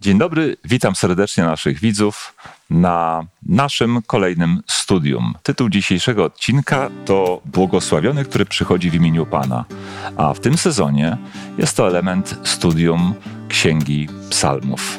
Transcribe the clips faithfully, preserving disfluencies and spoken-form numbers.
Dzień dobry, witam serdecznie naszych widzów na naszym kolejnym studium. Tytuł dzisiejszego odcinka to Błogosławiony, który przychodzi w imieniu Pana. A w tym sezonie jest to element studium Księgi Psalmów.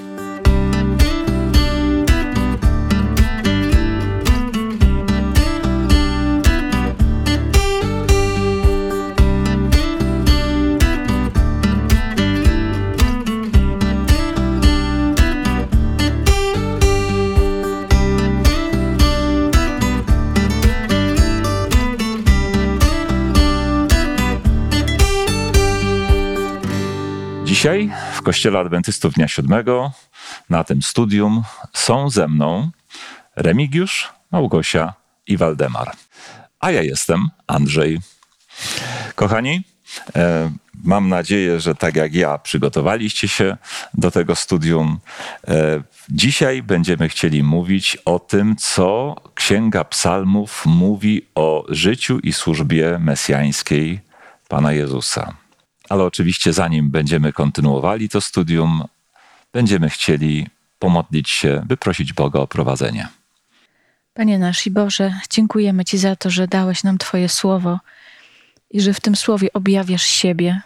Dzisiaj w Kościele Adwentystów Dnia Siódmego na tym studium są ze mną Remigiusz, Małgosia i Waldemar. A ja jestem Andrzej. Kochani, e, mam nadzieję, że tak jak ja przygotowaliście się do tego studium. E, dzisiaj będziemy chcieli mówić o tym, co Księga Psalmów mówi o życiu i służbie mesjańskiej Pana Jezusa. Ale oczywiście zanim będziemy kontynuowali to studium, będziemy chcieli pomodlić się, by prosić Boga o prowadzenie. Panie nasz i Boże, dziękujemy Ci za to, że dałeś nam Twoje słowo i że w tym słowie objawiasz siebie,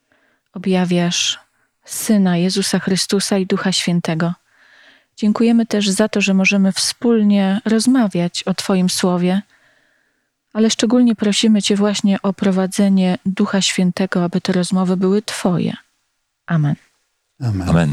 objawiasz Syna Jezusa Chrystusa i Ducha Świętego. Dziękujemy też za to, że możemy wspólnie rozmawiać o Twoim słowie, ale szczególnie prosimy Cię właśnie o prowadzenie Ducha Świętego, aby te rozmowy były Twoje. Amen. Amen. Amen.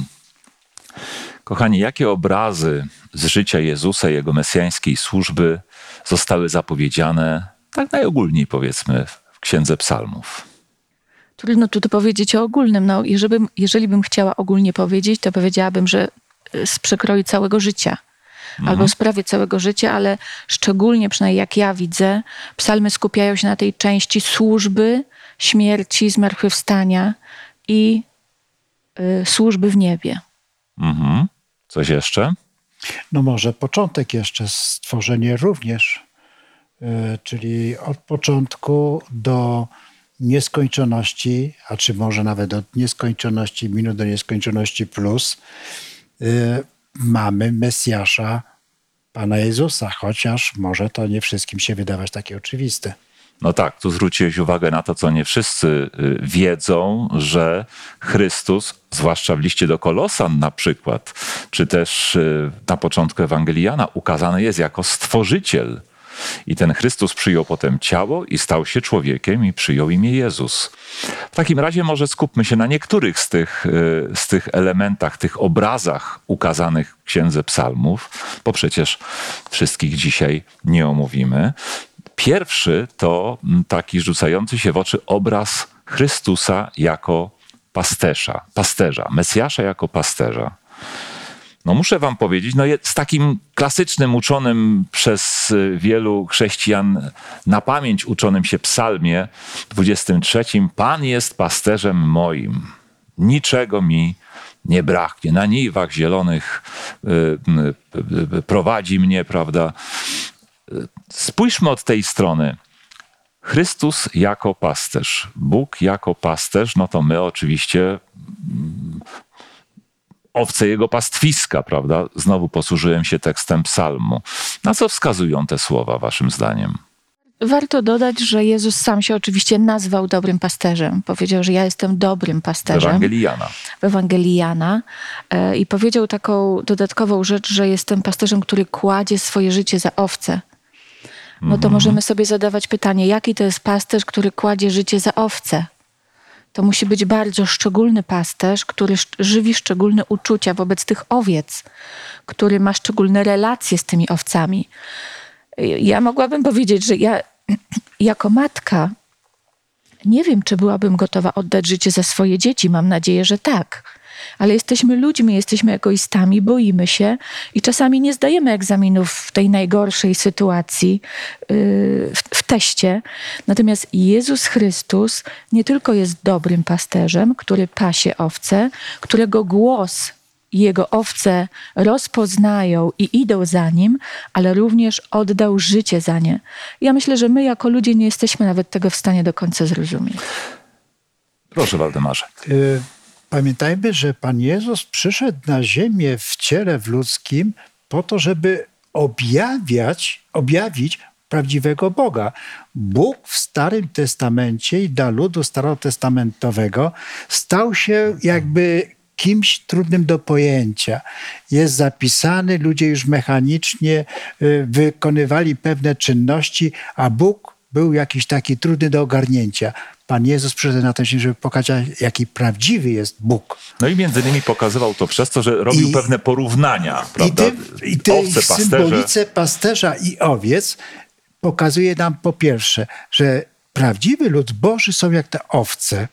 Kochani, jakie obrazy z życia Jezusa i Jego mesjańskiej służby zostały zapowiedziane, tak najogólniej powiedzmy, w Księdze Psalmów? Trudno tu powiedzieć o ogólnym. No, jeżeli, bym, jeżeli bym chciała ogólnie powiedzieć, to powiedziałabym, że z przekroju całego życia. Mhm. Albo z prawie całego życia, ale szczególnie, przynajmniej jak ja widzę, psalmy skupiają się na tej części służby, śmierci, zmartwychwstania i y, służby w niebie. Mhm. Coś jeszcze? No może początek jeszcze, stworzenie również, y, czyli od początku do nieskończoności, a czy może nawet od nieskończoności minut do nieskończoności plus, y, mamy Mesjasza, Pana Jezusa, chociaż może to nie wszystkim się wydawać takie oczywiste. No tak, tu zwróciłeś uwagę na to, co nie wszyscy wiedzą, że Chrystus, zwłaszcza w liście do Kolosan na przykład, czy też na początku Ewangelii Jana, ukazany jest jako Stworzyciel. I ten Chrystus przyjął potem ciało i stał się człowiekiem i przyjął imię Jezus. W takim razie może skupmy się na niektórych z tych, z tych elementach, tych obrazach ukazanych w Księdze Psalmów, bo przecież wszystkich dzisiaj nie omówimy. Pierwszy to taki rzucający się w oczy obraz Chrystusa jako pasterza, pasterza, Mesjasza jako pasterza. No muszę wam powiedzieć, no z takim klasycznym, uczonym przez wielu chrześcijan na pamięć uczonym się psalmie dwudziestym trzecim, Pan jest pasterzem moim, niczego mi nie braknie, na niwach zielonych y, y, y, prowadzi mnie, prawda? Spójrzmy od tej strony. Chrystus jako pasterz, Bóg jako pasterz, no to my oczywiście owce jego pastwiska, prawda? Znowu posłużyłem się tekstem psalmu. Na co wskazują te słowa waszym zdaniem? Warto dodać, że Jezus sam się oczywiście nazwał dobrym pasterzem. Powiedział, że ja jestem dobrym pasterzem. W Ewangelii Jana. W Ewangelii Jana. I powiedział taką dodatkową rzecz, że jestem pasterzem, który kładzie swoje życie za owce. No to mm-hmm. możemy sobie zadawać pytanie, jaki to jest pasterz, który kładzie życie za owce? To musi być bardzo szczególny pasterz, który żywi szczególne uczucia wobec tych owiec, który ma szczególne relacje z tymi owcami. Ja mogłabym powiedzieć, że ja jako matka nie wiem, czy byłabym gotowa oddać życie za swoje dzieci. Mam nadzieję, że tak. Ale jesteśmy ludźmi, jesteśmy egoistami, boimy się i czasami nie zdajemy egzaminów w tej najgorszej sytuacji, w, w teście. Natomiast Jezus Chrystus nie tylko jest dobrym pasterzem, który pasie owce, którego głos jego owce rozpoznają i idą za nim, ale również oddał życie za nie. Ja myślę, że my jako ludzie nie jesteśmy nawet tego w stanie do końca zrozumieć. Proszę, Waldemarze. Pamiętajmy, że Pan Jezus przyszedł na ziemię w ciele w ludzkim po to, żeby objawiać, objawić prawdziwego Boga. Bóg w Starym Testamencie i dla ludu starotestamentowego stał się jakby kimś trudnym do pojęcia. Jest zapisany, ludzie już mechanicznie wykonywali pewne czynności, a Bóg był jakiś taki trudny do ogarnięcia. Pan Jezus przyszedł na ten świat, żeby pokazać, jaki prawdziwy jest Bóg. No i między innymi pokazywał to przez to, że robił I, pewne porównania, prawda? I tej Owce, pasterze. symbolice pasterza i owiec pokazuje nam po pierwsze, że prawdziwy lud Boży są jak te owce.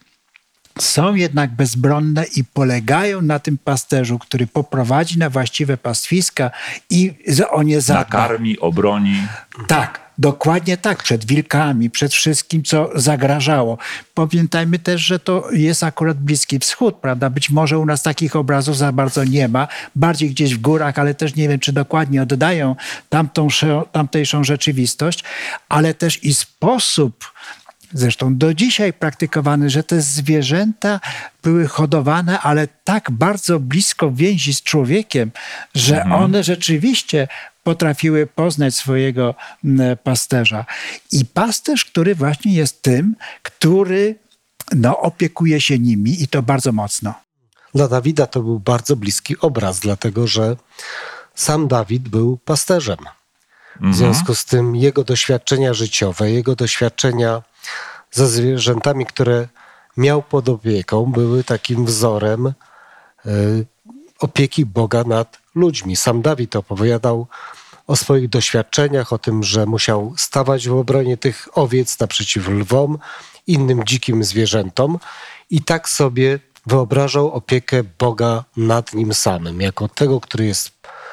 Są jednak bezbronne i polegają na tym pasterzu, który poprowadzi na właściwe pastwiska i o nie zadba. Nakarmi, obroni. Tak, dokładnie tak. Przed wilkami, przed wszystkim, co zagrażało. Pamiętajmy też, że to jest akurat Bliski Wschód, prawda? Być może u nas takich obrazów za bardzo nie ma. Bardziej gdzieś w górach, ale też nie wiem, czy dokładnie oddają tamtą, tamtejszą rzeczywistość, ale też i sposób, zresztą do dzisiaj praktykowany, że te zwierzęta były hodowane, ale tak bardzo blisko więzi z człowiekiem, że mhm. one rzeczywiście potrafiły poznać swojego pasterza. I pasterz, który właśnie jest tym, który no, opiekuje się nimi i to bardzo mocno. Dla Dawida to był bardzo bliski obraz, dlatego że sam Dawid był pasterzem. W związku z tym jego doświadczenia życiowe, jego doświadczenia ze zwierzętami, które miał pod opieką, były takim wzorem y, opieki Boga nad ludźmi. Sam Dawid opowiadał o swoich doświadczeniach, o tym, że musiał stawać w obronie tych owiec naprzeciw lwom, innym dzikim zwierzętom i tak sobie wyobrażał opiekę Boga nad nim samym, jako tego, który jest,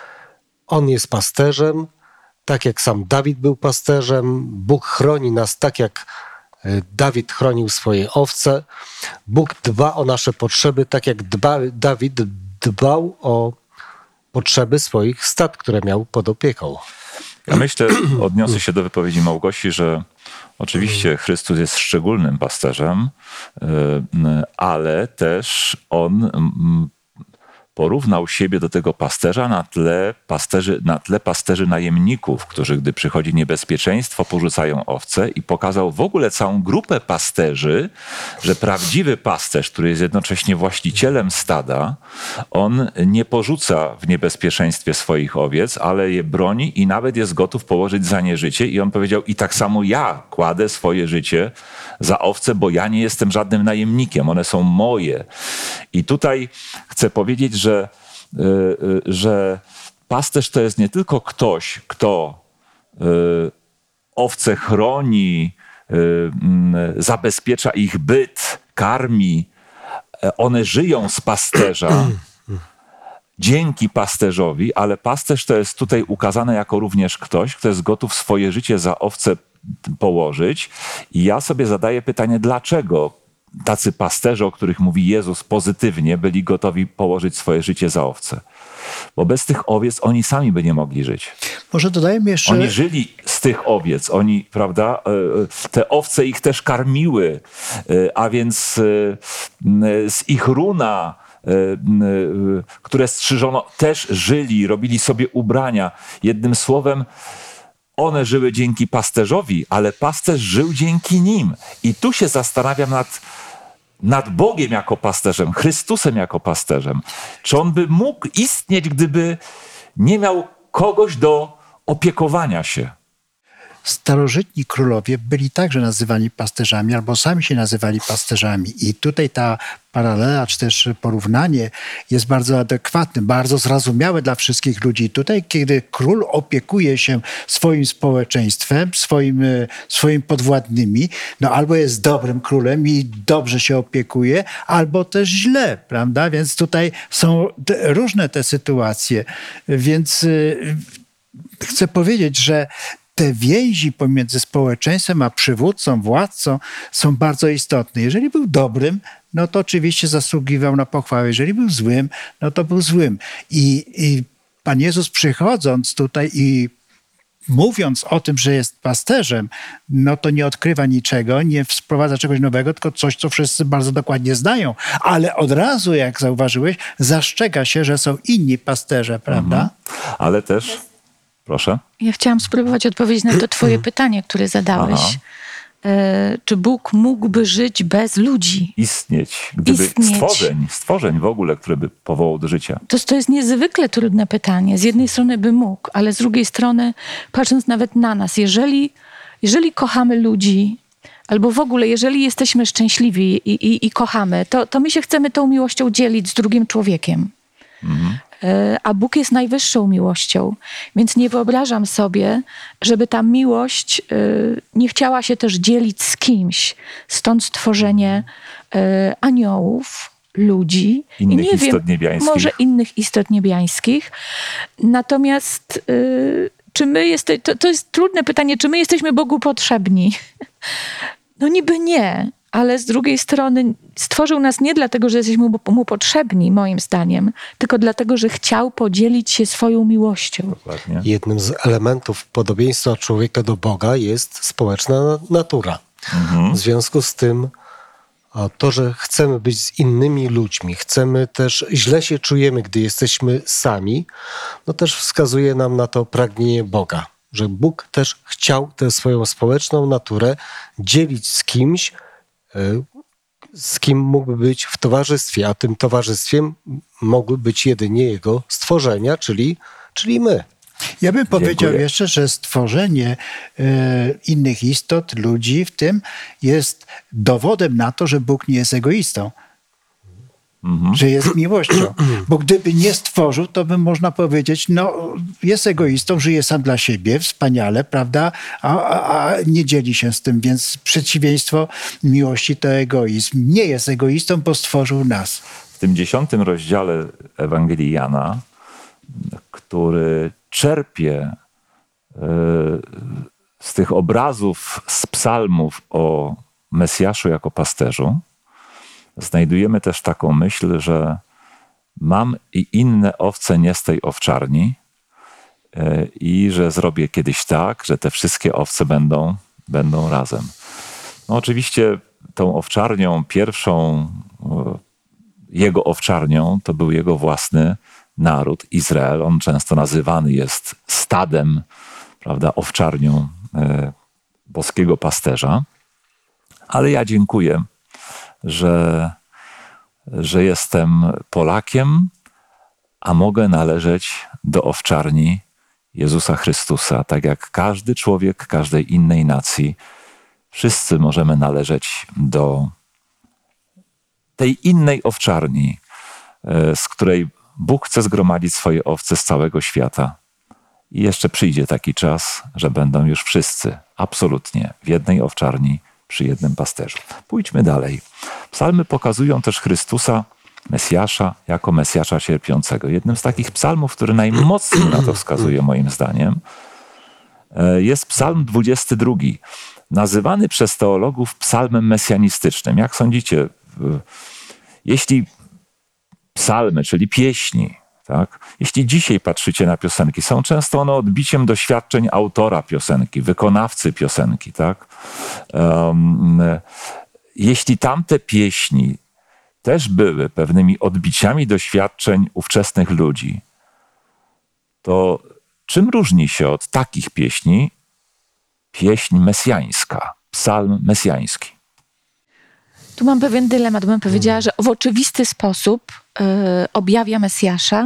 on jest pasterzem, tak jak sam Dawid był pasterzem. Bóg chroni nas tak, jak Dawid chronił swoje owce. Bóg dba o nasze potrzeby, tak jak dba, Dawid dbał o potrzeby swoich stad, które miał pod opieką. Ja myślę, odniosę się do wypowiedzi Małgosi, że oczywiście Chrystus jest szczególnym pasterzem, ale też On porównał siebie do tego pasterza na tle pasterzy, na tle pasterzy najemników, którzy, gdy przychodzi niebezpieczeństwo, porzucają owce, i pokazał w ogóle całą grupę pasterzy, że prawdziwy pasterz, który jest jednocześnie właścicielem stada, on nie porzuca w niebezpieczeństwie swoich owiec, ale je broni i nawet jest gotów położyć za nie życie. I on powiedział, i tak samo ja kładę swoje życie za owce, bo ja nie jestem żadnym najemnikiem, one są moje. I tutaj chcę powiedzieć, że, że pasterz to jest nie tylko ktoś, kto owce chroni, zabezpiecza ich byt, karmi. One żyją z pasterza, dzięki pasterzowi, ale pasterz to jest tutaj ukazane jako również ktoś, kto jest gotów swoje życie za owce położyć. I ja sobie zadaję pytanie, dlaczego tacy pasterze, o których mówi Jezus pozytywnie, byli gotowi położyć swoje życie za owce? Bo bez tych owiec oni sami by nie mogli żyć. Może dodajmy jeszcze... Oni żyli z tych owiec, oni, prawda, te owce ich też karmiły, a więc z ich runa, które strzyżono, też żyli, robili sobie ubrania. Jednym słowem, one żyły dzięki pasterzowi, ale pasterz żył dzięki nim. I tu się zastanawiam nad, nad Bogiem jako pasterzem, Chrystusem jako pasterzem. Czy on by mógł istnieć, gdyby nie miał kogoś do opiekowania się? Starożytni królowie byli także nazywani pasterzami, albo sami się nazywali pasterzami. I tutaj ta paralela, czy też porównanie jest bardzo adekwatne, bardzo zrozumiałe dla wszystkich ludzi. Tutaj, kiedy król opiekuje się swoim społeczeństwem, swoim, swoim podwładnymi, no albo jest dobrym królem i dobrze się opiekuje, albo też źle, prawda? Więc tutaj są te, różne te sytuacje. Więc yy, chcę powiedzieć, że te więzi pomiędzy społeczeństwem a przywódcą, władcą są bardzo istotne. Jeżeli był dobrym, no to oczywiście zasługiwał na pochwałę. Jeżeli był złym, no to był złym. I, i Pan Jezus, przychodząc tutaj i mówiąc o tym, że jest pasterzem, no to nie odkrywa niczego, nie wprowadza czegoś nowego, tylko coś, co wszyscy bardzo dokładnie znają. Ale od razu, jak zauważyłeś, zastrzega się, że są inni pasterze, prawda? Mhm. Ale też, proszę. Ja chciałam spróbować odpowiedzieć na to twoje pytanie, które zadałeś. Aha. E, czy Bóg mógłby żyć bez ludzi? Istnieć, gdyby Istnieć. stworzeń, stworzeń w ogóle, które by powołał do życia. To, to jest niezwykle trudne pytanie. Z jednej strony by mógł, ale z drugiej strony, patrząc nawet na nas, jeżeli, jeżeli kochamy ludzi, albo w ogóle, jeżeli jesteśmy szczęśliwi i, i, i kochamy, to, to my się chcemy tą miłością dzielić z drugim człowiekiem. Mhm. A Bóg jest najwyższą miłością, więc nie wyobrażam sobie, żeby ta miłość nie chciała się też dzielić z kimś. Stąd stworzenie aniołów, ludzi. Innych I nie istot wiem, niebiańskich. może innych istot niebiańskich. Natomiast czy my jeste, to, to jest trudne pytanie, czy my jesteśmy Bogu potrzebni? No niby nie. Ale z drugiej strony stworzył nas nie dlatego, że jesteśmy mu potrzebni, moim zdaniem, tylko dlatego, że chciał podzielić się swoją miłością. Dokładnie. Jednym z elementów podobieństwa człowieka do Boga jest społeczna natura. Mhm. W związku z tym to, że chcemy być z innymi ludźmi, chcemy też, źle się czujemy, gdy jesteśmy sami, no też wskazuje nam na to pragnienie Boga. Że Bóg też chciał tę swoją społeczną naturę dzielić z kimś, z kim mógłby być w towarzystwie, a tym towarzystwem mogły być jedynie jego stworzenia, czyli, czyli my. Ja bym powiedział Dziękuję. jeszcze, że stworzenie e, innych istot, ludzi w tym, jest dowodem na to, że Bóg nie jest egoistą. Mhm. Że jest miłością. Bo gdyby nie stworzył, to by można powiedzieć, no jest egoistą, żyje sam dla siebie, wspaniale, prawda? A, a, a nie dzieli się z tym, więc przeciwieństwo miłości to egoizm. Nie jest egoistą, bo stworzył nas. W tym dziesiątym rozdziale Ewangelii Jana, który czerpie y, z tych obrazów z psalmów o Mesjaszu jako pasterzu, znajdujemy też taką myśl, że mam i inne owce nie z tej owczarni y, i że zrobię kiedyś tak, że te wszystkie owce będą, będą razem. No oczywiście tą owczarnią pierwszą, y, jego owczarnią to był jego własny naród, Izrael. On często nazywany jest stadem, prawda, owczarnią y, boskiego pasterza. Ale ja dziękuję, że, że jestem Polakiem, a mogę należeć do owczarni Jezusa Chrystusa. Tak jak każdy człowiek każdej innej nacji, wszyscy możemy należeć do tej innej owczarni, z której Bóg chce zgromadzić swoje owce z całego świata. I jeszcze przyjdzie taki czas, że będą już wszyscy absolutnie w jednej owczarni przy jednym pasterzu. Pójdźmy dalej. Psalmy pokazują też Chrystusa, Mesjasza, jako Mesjasza cierpiącego. Jednym z takich psalmów, który najmocniej na to wskazuje, moim zdaniem, jest psalm dwudziesty drugi, nazywany przez teologów psalmem mesjanistycznym. Jak sądzicie, jeśli psalmy, czyli pieśni, tak? Jeśli dzisiaj patrzycie na piosenki, są często one odbiciem doświadczeń autora piosenki, wykonawcy piosenki. Tak? Um, jeśli tamte pieśni też były pewnymi odbiciami doświadczeń ówczesnych ludzi, to czym różni się od takich pieśni pieśń mesjańska, psalm mesjański? Tu mam pewien dylemat, bym powiedziała, że w oczywisty sposób y, objawia Mesjasza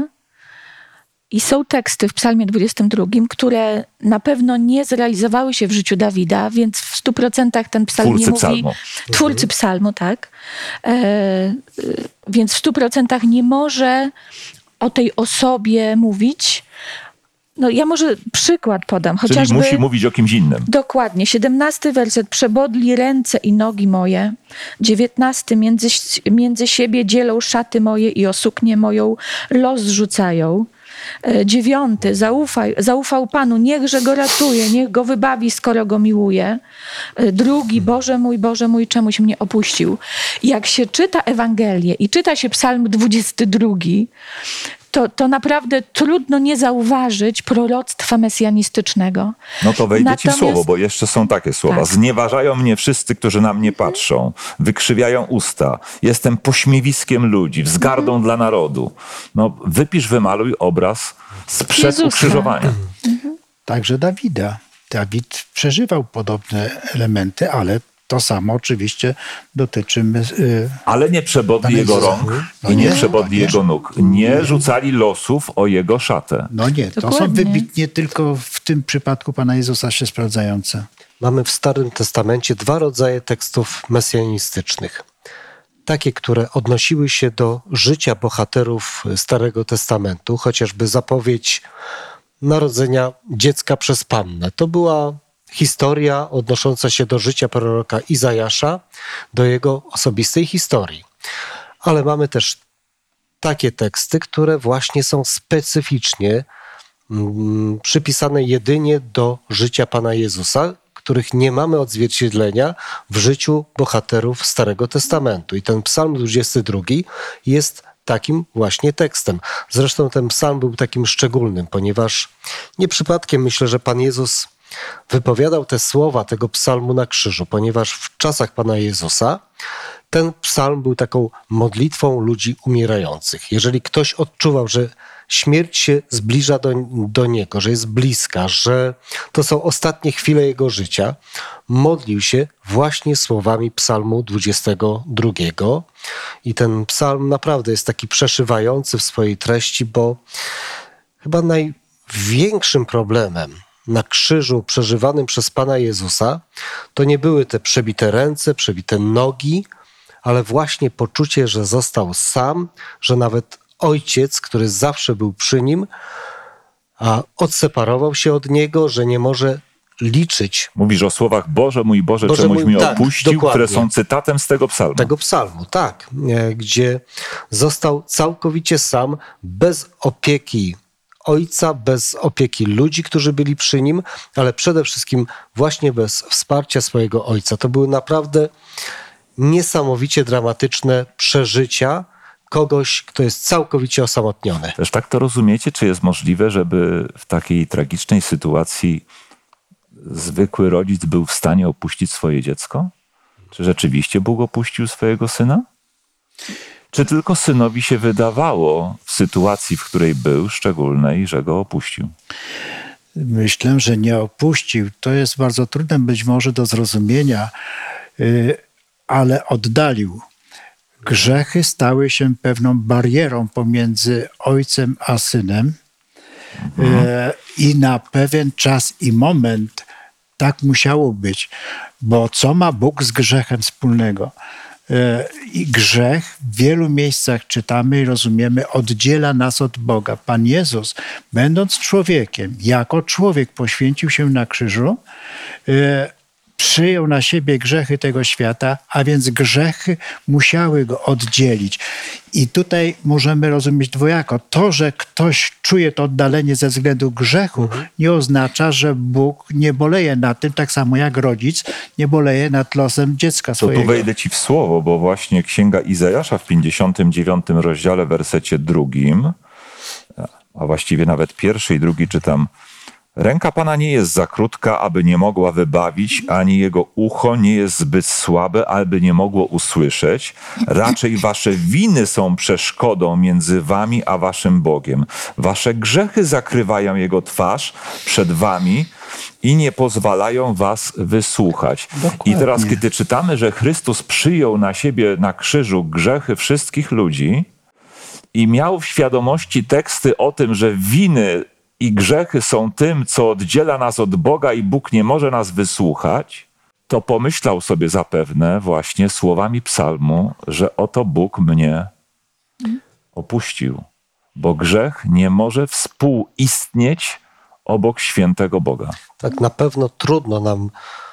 i są teksty w psalmie dwudziestym drugim, które na pewno nie zrealizowały się w życiu Dawida, więc w stu procentach ten psalm Twórcy nie mówi... psalmu. Twórcy psalmu, tak. E, y, więc w stu procentach nie może o tej osobie mówić. No ja może przykład podam. Czyli Chociażby, musi mówić o kimś innym. Dokładnie. siedemnasty werset. Przebodli ręce i nogi moje. dziewiętnasty. Między, między siebie dzielą szaty moje i o suknię moją los zrzucają. Dziewiąty. Zaufaj, zaufał Panu. Niechże go ratuje. Niech go wybawi, skoro go miłuje. Drugi. Boże mój, Boże mój, czemuś mnie opuścił. Jak się czyta Ewangelię i czyta się psalm dwudziesty drugi, to, to naprawdę trudno nie zauważyć proroctwa mesjanistycznego. No to wejdę Natomiast... ci w słowo, bo jeszcze są takie słowa. Tak. Znieważają mnie wszyscy, którzy na mnie patrzą. Wykrzywiają usta. Jestem pośmiewiskiem ludzi, wzgardą mhm. dla narodu. No wypisz, wymaluj obraz sprzed Jezusa. Ukrzyżowania. Mhm. Także Dawida. Dawid przeżywał podobne elementy, ale to samo oczywiście dotyczy... Yy, ale nie przebodli jego rąk no i nie, nie przebodli jego nóg. Nie rzucali losów o jego szatę. No nie, to Dokładnie. Są wybitnie tylko w tym przypadku Pana Jezusa się sprawdzające. Mamy w Starym Testamencie dwa rodzaje tekstów mesjanistycznych. Takie, które odnosiły się do życia bohaterów Starego Testamentu, chociażby zapowiedź narodzenia dziecka przez Pannę. To była historia odnosząca się do życia proroka Izajasza, do jego osobistej historii. Ale mamy też takie teksty, które właśnie są specyficznie mm, przypisane jedynie do życia Pana Jezusa, których nie mamy odzwierciedlenia w życiu bohaterów Starego Testamentu. I ten Psalm dwudziesty drugi jest takim właśnie tekstem. Zresztą ten psalm był takim szczególnym, ponieważ nie przypadkiem myślę, że Pan Jezus wypowiadał te słowa tego psalmu na krzyżu, ponieważ w czasach Pana Jezusa ten psalm był taką modlitwą ludzi umierających. Jeżeli ktoś odczuwał, że śmierć się zbliża do, do niego, że jest bliska, że to są ostatnie chwile jego życia, modlił się właśnie słowami psalmu dwudziestego drugiego. I ten psalm naprawdę jest taki przeszywający w swojej treści, bo chyba największym problemem na krzyżu przeżywanym przez Pana Jezusa to nie były te przebite ręce, przebite nogi, ale właśnie poczucie, że został sam, że nawet Ojciec, który zawsze był przy nim, a odseparował się od niego, że nie może liczyć. Mówisz o słowach Boże, mój Boże, Boże czemuś mój... mnie tak, opuścił, dokładnie. Które są cytatem z tego psalmu. Tego psalmu, tak. Gdzie został całkowicie sam, bez opieki Ojca, bez opieki ludzi, którzy byli przy nim, ale przede wszystkim właśnie bez wsparcia swojego Ojca. To były naprawdę niesamowicie dramatyczne przeżycia kogoś, kto jest całkowicie osamotniony. Też tak to rozumiecie? Czy jest możliwe, żeby w takiej tragicznej sytuacji zwykły rodzic był w stanie opuścić swoje dziecko? Czy rzeczywiście Bóg opuścił swojego syna? Czy tylko synowi się wydawało w sytuacji, w której był, szczególnej, że go opuścił? Myślę, że nie opuścił. To jest bardzo trudne być może do zrozumienia, ale oddalił. Grzechy stały się pewną barierą pomiędzy ojcem a synem mhm. i na pewien czas i moment tak musiało być, bo co ma Bóg z grzechem wspólnego? I grzech w wielu miejscach czytamy i rozumiemy, oddziela nas od Boga. Pan Jezus, będąc człowiekiem, jako człowiek poświęcił się na krzyżu, przyjął na siebie grzechy tego świata, a więc grzechy musiały go oddzielić. I tutaj możemy rozumieć dwojako. To, że ktoś czuje to oddalenie ze względu grzechu, mhm. nie oznacza, że Bóg nie boleje nad tym, tak samo jak rodzic nie boleje nad losem dziecka swojego. To tu wejdę ci w słowo, bo właśnie Księga Izajasza w pięćdziesiątym dziewiątym rozdziale, wersecie drugim, a właściwie nawet pierwszy i drugi czytam: Ręka Pana nie jest za krótka, aby nie mogła wybawić, ani jego ucho nie jest zbyt słabe, aby nie mogło usłyszeć. Raczej wasze winy są przeszkodą między wami a waszym Bogiem. Wasze grzechy zakrywają jego twarz przed wami i nie pozwalają was wysłuchać. Dokładnie. I teraz, kiedy czytamy, że Chrystus przyjął na siebie na krzyżu grzechy wszystkich ludzi i miał w świadomości teksty o tym, że winy i grzechy są tym, co oddziela nas od Boga i Bóg nie może nas wysłuchać, to pomyślał sobie zapewne właśnie słowami psalmu, że oto Bóg mnie opuścił, bo grzech nie może współistnieć obok świętego Boga. Tak, na pewno trudno nam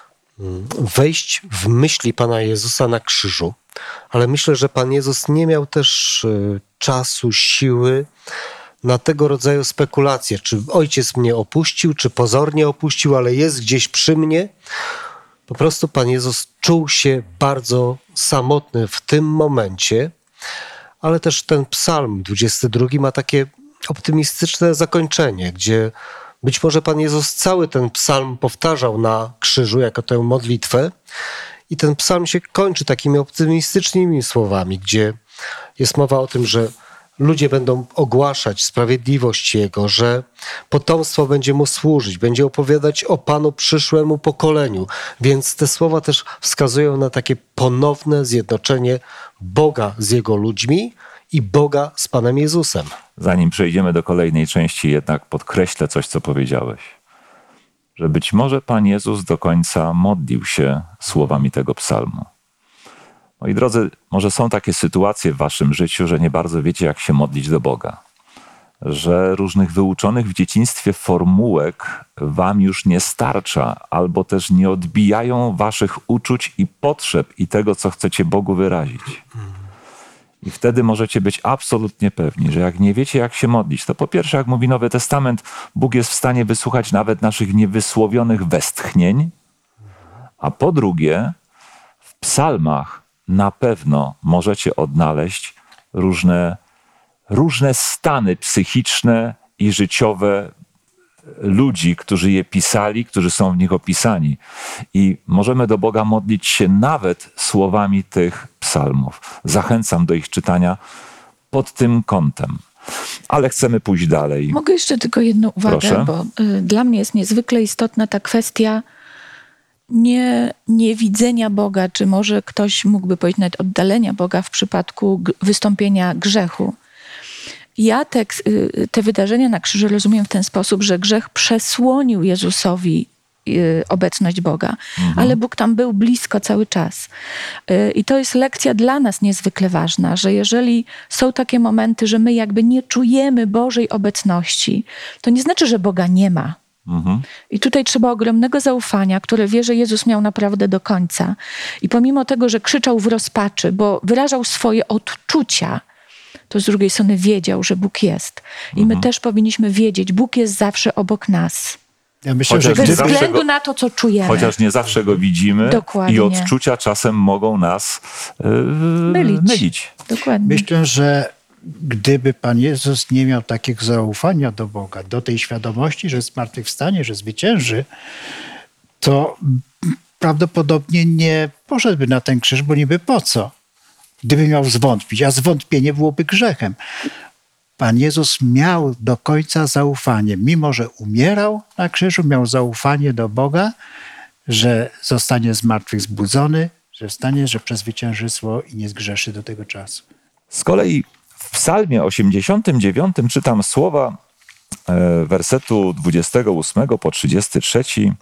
wejść w myśli Pana Jezusa na krzyżu, ale myślę, że Pan Jezus nie miał też czasu, siły na tego rodzaju spekulacje. Czy ojciec mnie opuścił, czy pozornie opuścił, ale jest gdzieś przy mnie. Po prostu Pan Jezus czuł się bardzo samotny w tym momencie, ale też ten psalm dwudziesty drugi ma takie optymistyczne zakończenie, gdzie być może Pan Jezus cały ten psalm powtarzał na krzyżu jako tę modlitwę i ten psalm się kończy takimi optymistycznymi słowami, gdzie jest mowa o tym, że ludzie będą ogłaszać sprawiedliwość Jego, że potomstwo będzie Mu służyć, będzie opowiadać o Panu przyszłemu pokoleniu. Więc te słowa też wskazują na takie ponowne zjednoczenie Boga z Jego ludźmi i Boga z Panem Jezusem. Zanim przejdziemy do kolejnej części, jednak podkreślę coś, co powiedziałeś. Że być może Pan Jezus do końca modlił się słowami tego psalmu. Moi drodzy, może są takie sytuacje w waszym życiu, że nie bardzo wiecie, jak się modlić do Boga. Że różnych wyuczonych w dzieciństwie formułek wam już nie starcza, albo też nie odbijają waszych uczuć i potrzeb i tego, co chcecie Bogu wyrazić. I wtedy możecie być absolutnie pewni, że jak nie wiecie, jak się modlić, to po pierwsze, jak mówi Nowy Testament, Bóg jest w stanie wysłuchać nawet naszych niewysłowionych westchnień, a po drugie, w psalmach na pewno możecie odnaleźć różne, różne stany psychiczne i życiowe ludzi, którzy je pisali, którzy są w nich opisani. I możemy do Boga modlić się nawet słowami tych psalmów. Zachęcam do ich czytania pod tym kątem. Ale chcemy pójść dalej. Mogę jeszcze tylko jedną uwagę, Proszę. bo y, dla mnie jest niezwykle istotna ta kwestia nie, niewidzenia Boga, czy może ktoś mógłby powiedzieć nawet oddalenia Boga w przypadku g- wystąpienia grzechu. Ja te, y, te wydarzenia na krzyżu rozumiem w ten sposób, że grzech przesłonił Jezusowi y, obecność Boga, mhm. ale Bóg tam był blisko cały czas. Y, I to jest lekcja dla nas niezwykle ważna, że jeżeli są takie momenty, że my jakby nie czujemy Bożej obecności, to nie znaczy, że Boga nie ma. Mhm. I tutaj trzeba ogromnego zaufania, które wie, że Jezus miał naprawdę do końca. I pomimo tego, że krzyczał w rozpaczy, bo wyrażał swoje odczucia, to z drugiej strony wiedział, że Bóg jest. I my mhm. też powinniśmy wiedzieć, Bóg jest zawsze obok nas. Ja myślę, Chociaż że Bez nie względu go, na to, co czujemy. Chociaż nie zawsze go widzimy. Dokładnie. I odczucia czasem mogą nas yy, Mylić. mylić. Dokładnie. Myślę, że gdyby Pan Jezus nie miał takiego zaufania do Boga, do tej świadomości, że zmartwychwstanie, że zwycięży, to prawdopodobnie nie poszedłby na ten krzyż, bo niby po co? Gdyby miał zwątpić, a zwątpienie byłoby grzechem. Pan Jezus miał do końca zaufanie. Mimo że umierał na krzyżu, miał zaufanie do Boga, że zostanie zmartwychwzbudzony, że wstanie, że przezwycięży zło i nie zgrzeszy do tego czasu. Z kolei w psalmie osiemdziesiątym dziewiątym czytam słowa e, wersetu dwudziestego ósmego po trzydziesty trzeci.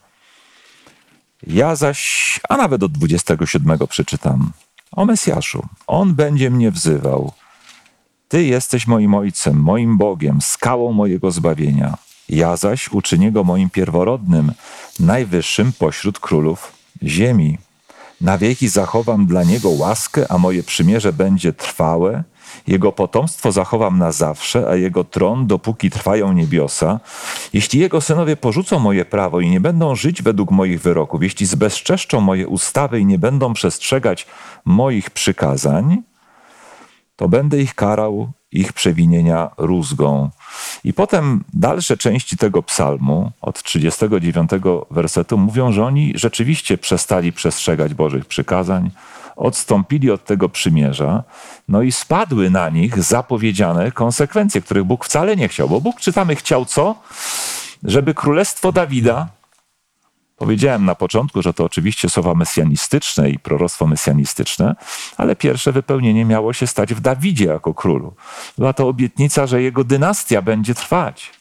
Ja zaś, a nawet od dwudziestego siódmego przeczytam. O Mesjaszu, On będzie mnie wzywał. Ty jesteś moim Ojcem, moim Bogiem, skałą mojego zbawienia. Ja zaś uczynię Go moim pierworodnym, najwyższym pośród królów ziemi. Na wieki zachowam dla Niego łaskę, a moje przymierze będzie trwałe. Jego potomstwo zachowam na zawsze, a Jego tron, dopóki trwają niebiosa. Jeśli Jego synowie porzucą moje prawo i nie będą żyć według moich wyroków, jeśli zbezczeszczą moje ustawy i nie będą przestrzegać moich przykazań, to będę ich karał, ich przewinienia rózgą. I potem dalsze części tego psalmu, od trzydziestego dziewiątego wersetu, mówią, że oni rzeczywiście przestali przestrzegać Bożych przykazań, odstąpili od tego przymierza, no i spadły na nich zapowiedziane konsekwencje, których Bóg wcale nie chciał. Bo Bóg, czytamy, chciał co? Żeby królestwo Dawida, powiedziałem na początku, że to oczywiście słowa mesjanistyczne i proroctwo mesjanistyczne, ale pierwsze wypełnienie miało się stać w Dawidzie jako królu. Była to obietnica, że jego dynastia będzie trwać,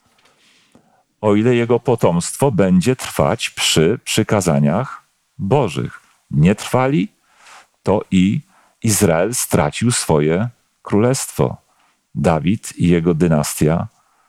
o ile jego potomstwo będzie trwać przy przykazaniach Bożych. Nie trwali, to i Izrael stracił swoje królestwo. Dawid i jego dynastia,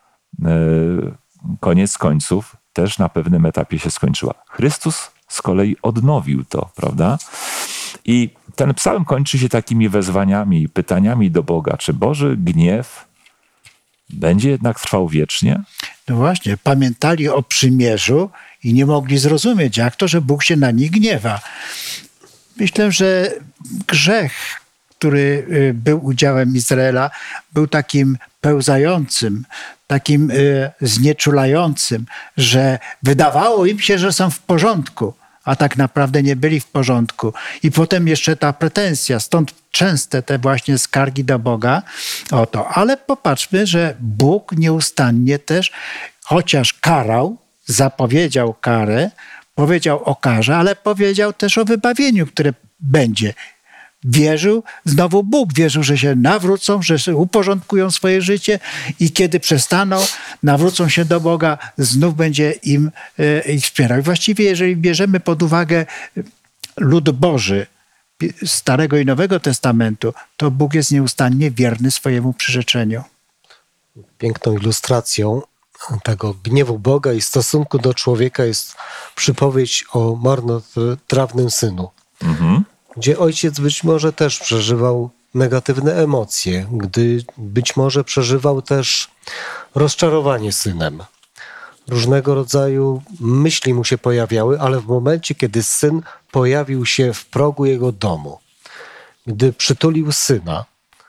yy, koniec końców, też na pewnym etapie się skończyła. Chrystus z kolei odnowił to, prawda? I ten psalm kończy się takimi wezwaniami i pytaniami do Boga, czy Boży gniew będzie jednak trwał wiecznie? No właśnie, pamiętali o przymierzu i nie mogli zrozumieć, jak to, że Bóg się na nich gniewa. Myślę, że grzech, który był udziałem Izraela, był takim pełzającym, takim y, znieczulającym, że wydawało im się, że są w porządku, a tak naprawdę nie byli w porządku. I potem jeszcze ta pretensja, stąd częste te właśnie skargi do Boga o to. Ale popatrzmy, że Bóg nieustannie też, chociaż karał, zapowiedział karę, powiedział o karze, ale powiedział też o wybawieniu, które będzie. Wierzył, znowu Bóg wierzył, że się nawrócą, że uporządkują swoje życie i kiedy przestaną, nawrócą się do Boga, znów będzie im e, ich wspierał. I właściwie, jeżeli bierzemy pod uwagę lud Boży Starego i Nowego Testamentu, to Bóg jest nieustannie wierny swojemu przyrzeczeniu. Piękną ilustracją tego gniewu Boga i stosunku do człowieka jest przypowieść o marnotrawnym synu. Mhm. Gdzie ojciec być może też przeżywał negatywne emocje, gdy być może przeżywał też rozczarowanie synem. Różnego rodzaju myśli mu się pojawiały, ale w momencie, kiedy syn pojawił się w progu jego domu, gdy przytulił syna,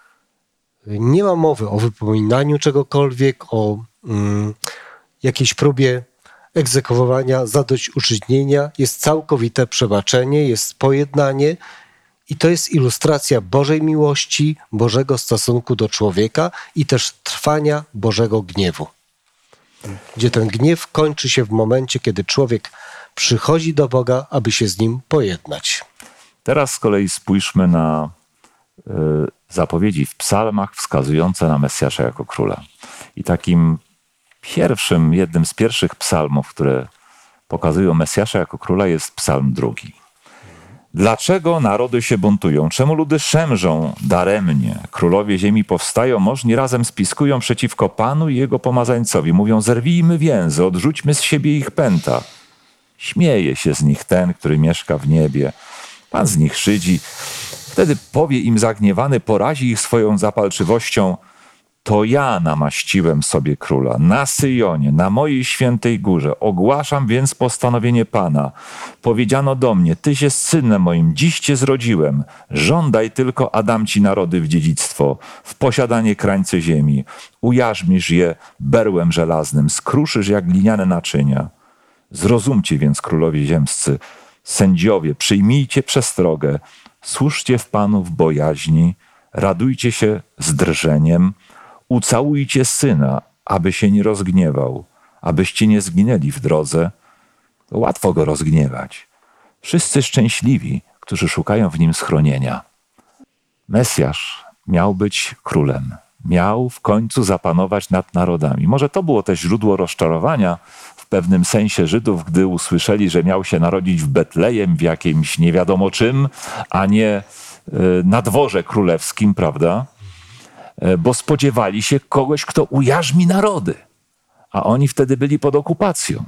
nie ma mowy o wypominaniu czegokolwiek, o mm, jakiejś próbie egzekwowania zadośćuczynienia, jest całkowite przebaczenie, jest pojednanie i to jest ilustracja Bożej miłości, Bożego stosunku do człowieka i też trwania Bożego gniewu. Gdzie ten gniew kończy się w momencie, kiedy człowiek przychodzi do Boga, aby się z Nim pojednać. Teraz z kolei spójrzmy na y, zapowiedzi w psalmach wskazujące na Mesjasza jako króla. I takim pierwszym, jednym z pierwszych psalmów, które pokazują Mesjasza jako króla, jest psalm drugi. Dlaczego narody się buntują? Czemu ludy szemrzą daremnie? Królowie ziemi powstają, możni razem spiskują przeciwko Panu i Jego pomazańcowi. Mówią, zerwijmy więzy, odrzućmy z siebie ich pęta. Śmieje się z nich ten, który mieszka w niebie. Pan z nich szydzi. Wtedy powie im zagniewany, porazi ich swoją zapalczywością. To ja namaściłem sobie króla na Syjonie, na mojej świętej górze. Ogłaszam więc postanowienie Pana. Powiedziano do mnie, Tyś jest synem moim, dziś Cię zrodziłem. Żądaj tylko, a dam Ci narody w dziedzictwo, w posiadanie krańce ziemi. Ujarzmisz je berłem żelaznym, skruszysz jak gliniane naczynia. Zrozumcie więc, królowie ziemscy, sędziowie, przyjmijcie przestrogę. Służcie w Panu w bojaźni, radujcie się z drżeniem, ucałujcie syna, aby się nie rozgniewał, abyście nie zginęli w drodze. Łatwo go rozgniewać. Wszyscy szczęśliwi, którzy szukają w nim schronienia. Mesjasz miał być królem. Miał w końcu zapanować nad narodami. Może to było też źródło rozczarowania w pewnym sensie Żydów, gdy usłyszeli, że miał się narodzić w Betlejem, w jakimś nie wiadomo czym, a nie na dworze królewskim, prawda? Bo spodziewali się kogoś, kto ujarzmi narody, a oni wtedy byli pod okupacją.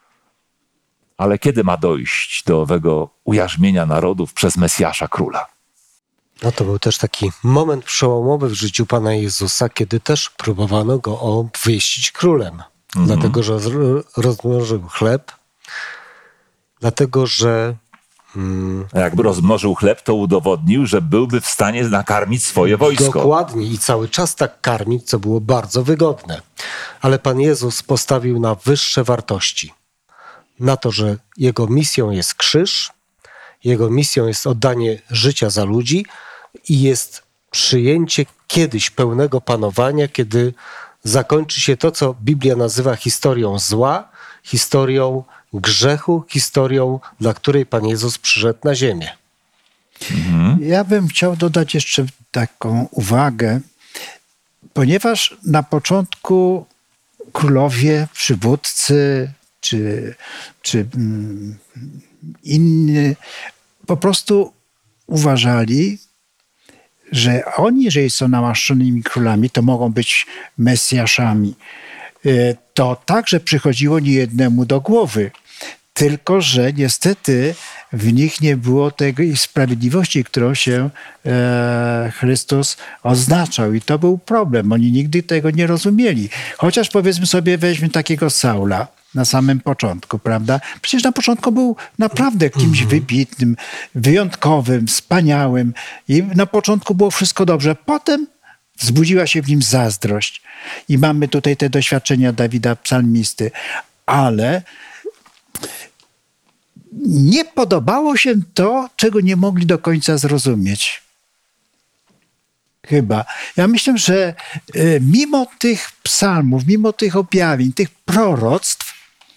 Ale kiedy ma dojść do owego ujarzmienia narodów przez Mesjasza króla? No to był też taki moment przełomowy w życiu Pana Jezusa, kiedy też próbowano go obwieścić królem. Mhm. Dlatego, że rozmnożył chleb, dlatego, że A jakby rozmnożył chleb, to udowodnił, że byłby w stanie nakarmić swoje wojsko. Dokładnie i cały czas tak karmić, co było bardzo wygodne. Ale Pan Jezus postawił na wyższe wartości. Na to, że Jego misją jest krzyż, Jego misją jest oddanie życia za ludzi i jest przyjęcie kiedyś pełnego panowania, kiedy zakończy się to, co Biblia nazywa historią zła, historią grzechu, historią, dla której Pan Jezus przyszedł na ziemię. Mhm. Ja bym chciał dodać jeszcze taką uwagę, ponieważ na początku królowie, przywódcy czy, czy mm, inni po prostu uważali, że oni, jeżeli są namaszczonymi królami, to mogą być mesjaszami. To także przychodziło niejednemu do głowy. Tylko że niestety w nich nie było tej sprawiedliwości, którą się e, Chrystus oznaczał. I to był problem. Oni nigdy tego nie rozumieli. Chociaż powiedzmy sobie, weźmy takiego Saula na samym początku, prawda? Przecież na początku był naprawdę kimś wybitnym, wyjątkowym, wspaniałym. I na początku było wszystko dobrze. Potem wzbudziła się w nim zazdrość. I mamy tutaj te doświadczenia Dawida psalmisty. Ale nie podobało się to, czego nie mogli do końca zrozumieć. Chyba. Ja myślę, że y, mimo tych psalmów, mimo tych objawień, tych proroctw,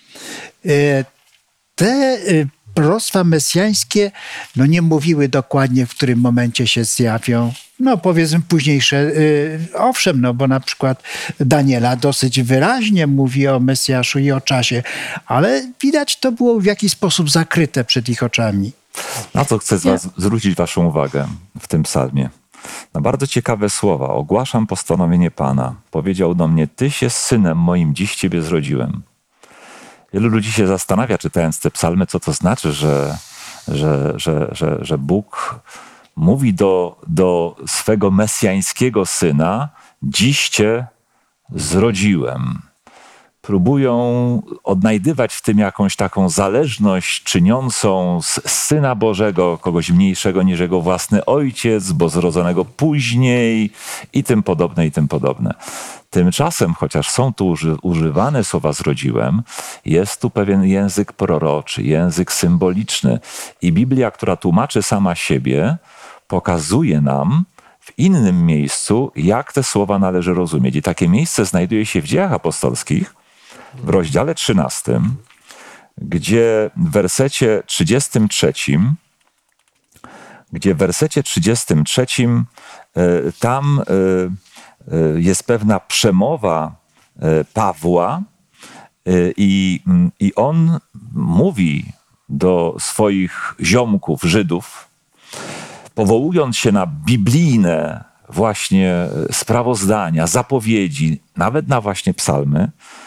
y, te y, proroctwa mesjańskie no nie mówiły dokładnie, w którym momencie się zjawią. No powiedzmy późniejsze, y, owszem, no bo na przykład Daniela dosyć wyraźnie mówi o Mesjaszu i o czasie, ale widać to było w jakiś sposób zakryte przed ich oczami. Na co chcę z was zwrócić waszą uwagę w tym psalmie? Na bardzo ciekawe słowa. Ogłaszam postanowienie Pana. Powiedział do mnie, Tyś jest synem moim, dziś Ciebie zrodziłem. Wielu ludzi się zastanawia, czytając te psalmy, co to znaczy, że, że, że, że, że Bóg mówi do, do swego mesjańskiego syna, dziś Cię zrodziłem. Próbują odnajdywać w tym jakąś taką zależność czyniącą z Syna Bożego, kogoś mniejszego niż jego własny ojciec, bo zrodzonego później i tym podobne, i tym podobne. Tymczasem, chociaż są tu uży, używane słowa zrodziłem, jest tu pewien język proroczy, język symboliczny i Biblia, która tłumaczy sama siebie, pokazuje nam w innym miejscu, jak te słowa należy rozumieć. I takie miejsce znajduje się w Dziejach Apostolskich, w rozdziale trzynastym, gdzie w wersecie trzydziestym trzecim, gdzie w wersecie trzydziestym trzecim y, tam y, y, jest pewna przemowa y, Pawła y, i, i on mówi do swoich ziomków, Żydów, powołując się na biblijne właśnie sprawozdania, zapowiedzi, nawet na właśnie psalmy,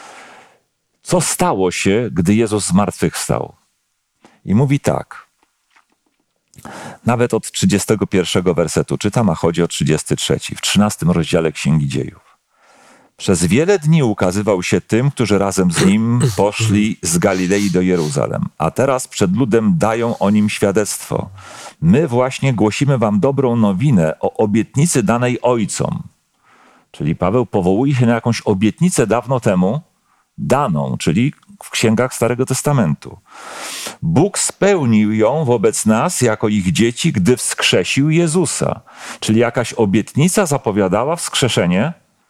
co stało się, gdy Jezus zmartwychwstał. I mówi tak, nawet od trzydziestego pierwszego wersetu czytam, a chodzi o trzydziesty trzeci, w trzynastym rozdziale Księgi Dziejów. Przez wiele dni ukazywał się tym, którzy razem z nim poszli z Galilei do Jeruzalem, a teraz przed ludem dają o nim świadectwo. My właśnie głosimy wam dobrą nowinę o obietnicy danej ojcom. Czyli Paweł powołuje się na jakąś obietnicę dawno temu daną, czyli w księgach Starego Testamentu. Bóg spełnił ją wobec nas jako ich dzieci, gdy wskrzesił Jezusa. Czyli jakaś obietnica zapowiadała wskrzeszenie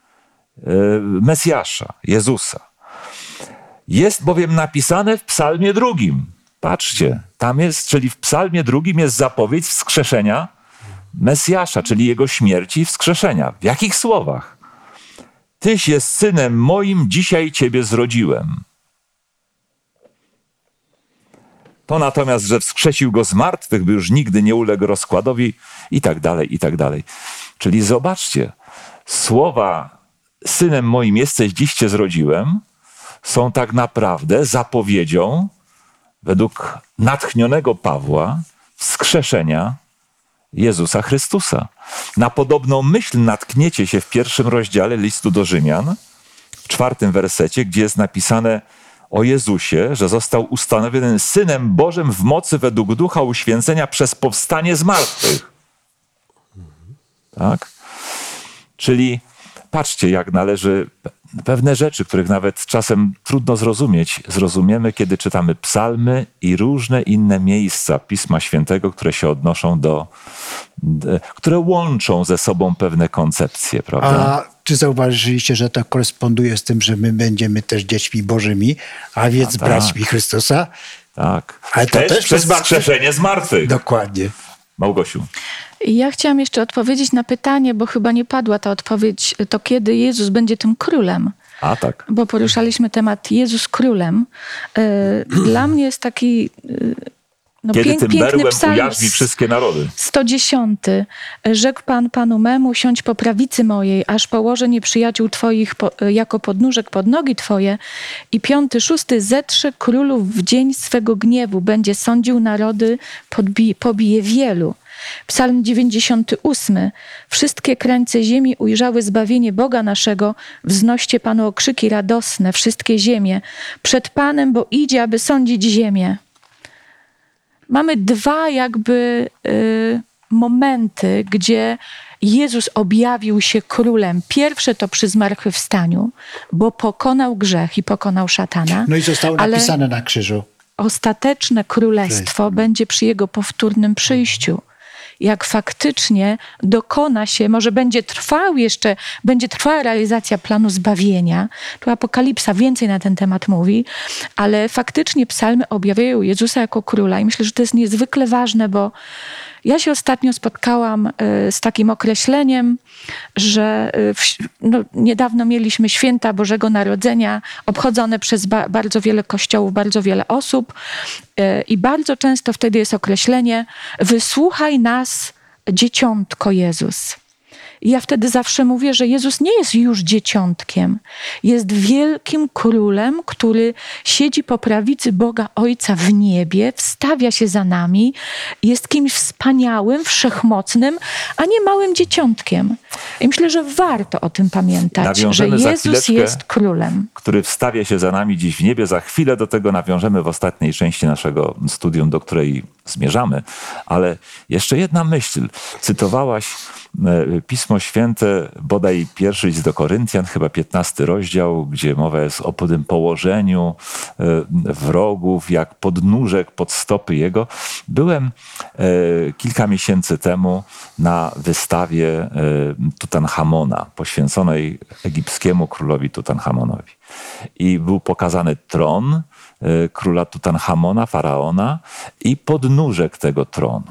Mesjasza, Jezusa. Jest bowiem napisane w psalmie drugim. Patrzcie, tam jest, czyli w psalmie drugim jest zapowiedź wskrzeszenia Mesjasza, czyli jego śmierci i wskrzeszenia. W jakich słowach? Tyś jest synem moim, dzisiaj Ciebie zrodziłem. To natomiast, że wskrzesił go z martwych, by już nigdy nie uległ rozkładowi i tak dalej, i tak dalej. Czyli zobaczcie, słowa synem moim jesteś, dziś Cię zrodziłem, są tak naprawdę zapowiedzią według natchnionego Pawła wskrzeszenia Jezusa Chrystusa. Na podobną myśl natkniecie się w pierwszym rozdziale listu do Rzymian, w czwartym wersecie, gdzie jest napisane o Jezusie, że został ustanowiony Synem Bożym w mocy według Ducha uświęcenia przez powstanie z martwych. Tak? Czyli patrzcie, jak należy pewne rzeczy, których nawet czasem trudno zrozumieć, zrozumiemy, kiedy czytamy psalmy i różne inne miejsca Pisma Świętego, które się odnoszą do, do które łączą ze sobą pewne koncepcje, prawda? A czy zauważyliście, że to koresponduje z tym, że my będziemy też dziećmi Bożymi, a więc a tak. braćmi Chrystusa? Tak. Ale to też, też przez wskrzeszenie z martwych. Dokładnie. Małgosiu. Ja chciałam jeszcze odpowiedzieć na pytanie, bo chyba nie padła ta odpowiedź, to kiedy Jezus będzie tym królem? A tak. Bo poruszaliśmy temat Jezus królem. Dla mnie jest taki no, kiedy pięk, tym piękny berłem psalm ujarzmi wszystkie narody. sto dziesiąty. Rzekł Pan Panu memu, siądź po prawicy mojej, aż położę nieprzyjaciół Twoich po, jako podnóżek pod nogi Twoje. I piąty, szósty, zetrze królów w dzień swego gniewu, będzie sądził narody, podbije, pobije wielu. Psalm dziewięćdziesiąty ósmy. Wszystkie krańce ziemi ujrzały zbawienie Boga naszego. Wznoście Panu okrzyki radosne, wszystkie ziemie. Przed Panem, bo idzie, aby sądzić ziemię. Mamy dwa jakby y, momenty, gdzie Jezus objawił się królem. Pierwsze to przy zmartwychwstaniu, bo pokonał grzech i pokonał szatana. No i zostało ale napisane na krzyżu. Ostateczne królestwo będzie przy jego powtórnym przyjściu. Jak faktycznie dokona się, może będzie trwał jeszcze, będzie trwała realizacja planu zbawienia. Tu Apokalipsa więcej na ten temat mówi, ale faktycznie psalmy objawiają Jezusa jako króla i myślę, że to jest niezwykle ważne, bo ja się ostatnio spotkałam z takim określeniem, że w, no, niedawno mieliśmy święta Bożego Narodzenia obchodzone przez ba- bardzo wiele kościołów, bardzo wiele osób i bardzo często wtedy jest określenie: wysłuchaj nas, dzieciątko Jezus. I ja wtedy zawsze mówię, że Jezus nie jest już dzieciątkiem. Jest wielkim królem, który siedzi po prawicy Boga Ojca w niebie, wstawia się za nami, jest kimś wspaniałym, wszechmocnym, a nie małym dzieciątkiem. I myślę, że warto o tym pamiętać, Nawiążemy że Jezus jest królem. Który wstawia się za nami dziś w niebie. Za chwilę do tego nawiążemy w ostatniej części naszego studium, do której zmierzamy. Ale jeszcze jedna myśl. Cytowałaś Pismo Święte, bodaj pierwszy list do Koryntian, chyba piętnasty rozdział, gdzie mowa jest o tym położeniu wrogów, jak podnóżek pod stopy Jego. Byłem kilka miesięcy temu na wystawie Tutanchamona, poświęconej egipskiemu królowi Tutanchamonowi. I był pokazany tron króla Tutanchamona, faraona, i podnóżek tego tronu,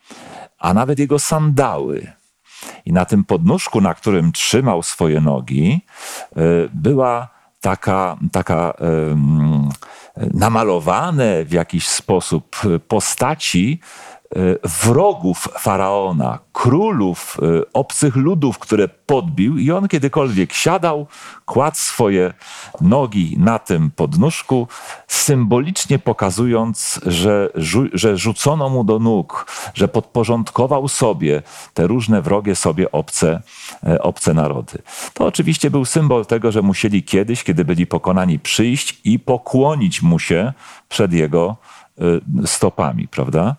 a nawet jego sandały. I na tym podnóżku, na którym trzymał swoje nogi, była taka, taka um, namalowane w jakiś sposób postaci wrogów faraona, królów obcych ludów, które podbił, i on kiedykolwiek siadał, kładł swoje nogi na tym podnóżku, symbolicznie pokazując, że, żu- że rzucono mu do nóg, że podporządkował sobie te różne wrogie sobie obce, obce narody. To oczywiście był symbol tego, że musieli kiedyś, kiedy byli pokonani, przyjść i pokłonić mu się przed jego stopami, prawda?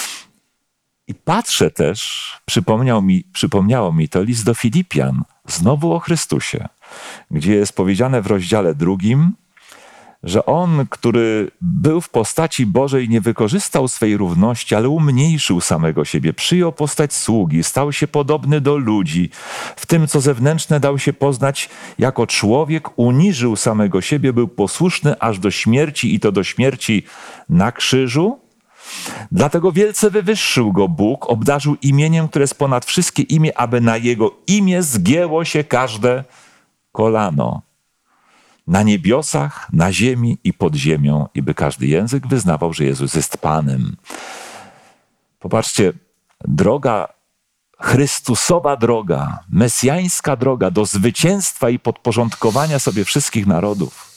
I patrzę też, przypomniał mi, przypomniało mi to list do Filipian, znowu o Chrystusie, gdzie jest powiedziane w rozdziale drugim, że On, który był w postaci Bożej, nie wykorzystał swej równości, ale umniejszył samego siebie, przyjął postać sługi, stał się podobny do ludzi. W tym, co zewnętrzne, dał się poznać jako człowiek, uniżył samego siebie, był posłuszny aż do śmierci, i to do śmierci na krzyżu. Dlatego wielce wywyższył go Bóg, obdarzył imieniem, które jest ponad wszystkie imię, aby na jego imię zgięło się każde kolano. Na niebiosach, na ziemi i pod ziemią, i by każdy język wyznawał, że Jezus jest Panem. Popatrzcie, droga, Chrystusowa droga, mesjańska droga do zwycięstwa i podporządkowania sobie wszystkich narodów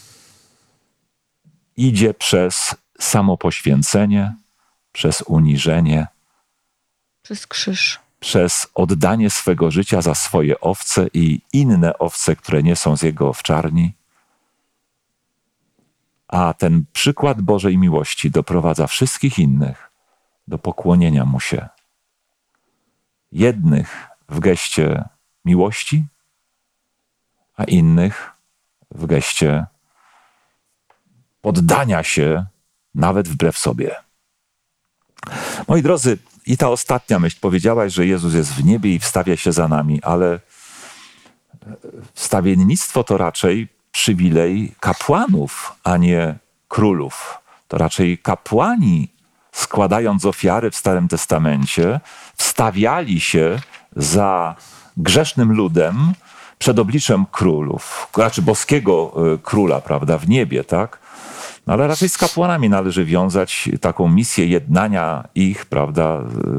idzie przez samopoświęcenie, przez uniżenie, przez krzyż, przez oddanie swego życia za swoje owce i inne owce, które nie są z jego owczarni. A ten przykład Bożej miłości doprowadza wszystkich innych do pokłonienia mu się. Jednych w geście miłości, a innych w geście poddania się nawet wbrew sobie. Moi drodzy, i ta ostatnia myśl. Powiedziałaś, że Jezus jest w niebie i wstawia się za nami, ale wstawiennictwo to raczej przywilej kapłanów, a nie królów. To raczej kapłani, składając ofiary w Starym Testamencie, wstawiali się za grzesznym ludem przed obliczem królów, raczej boskiego króla, prawda, w niebie, tak? No ale raczej z kapłanami należy wiązać taką misję jednania ich, prawda?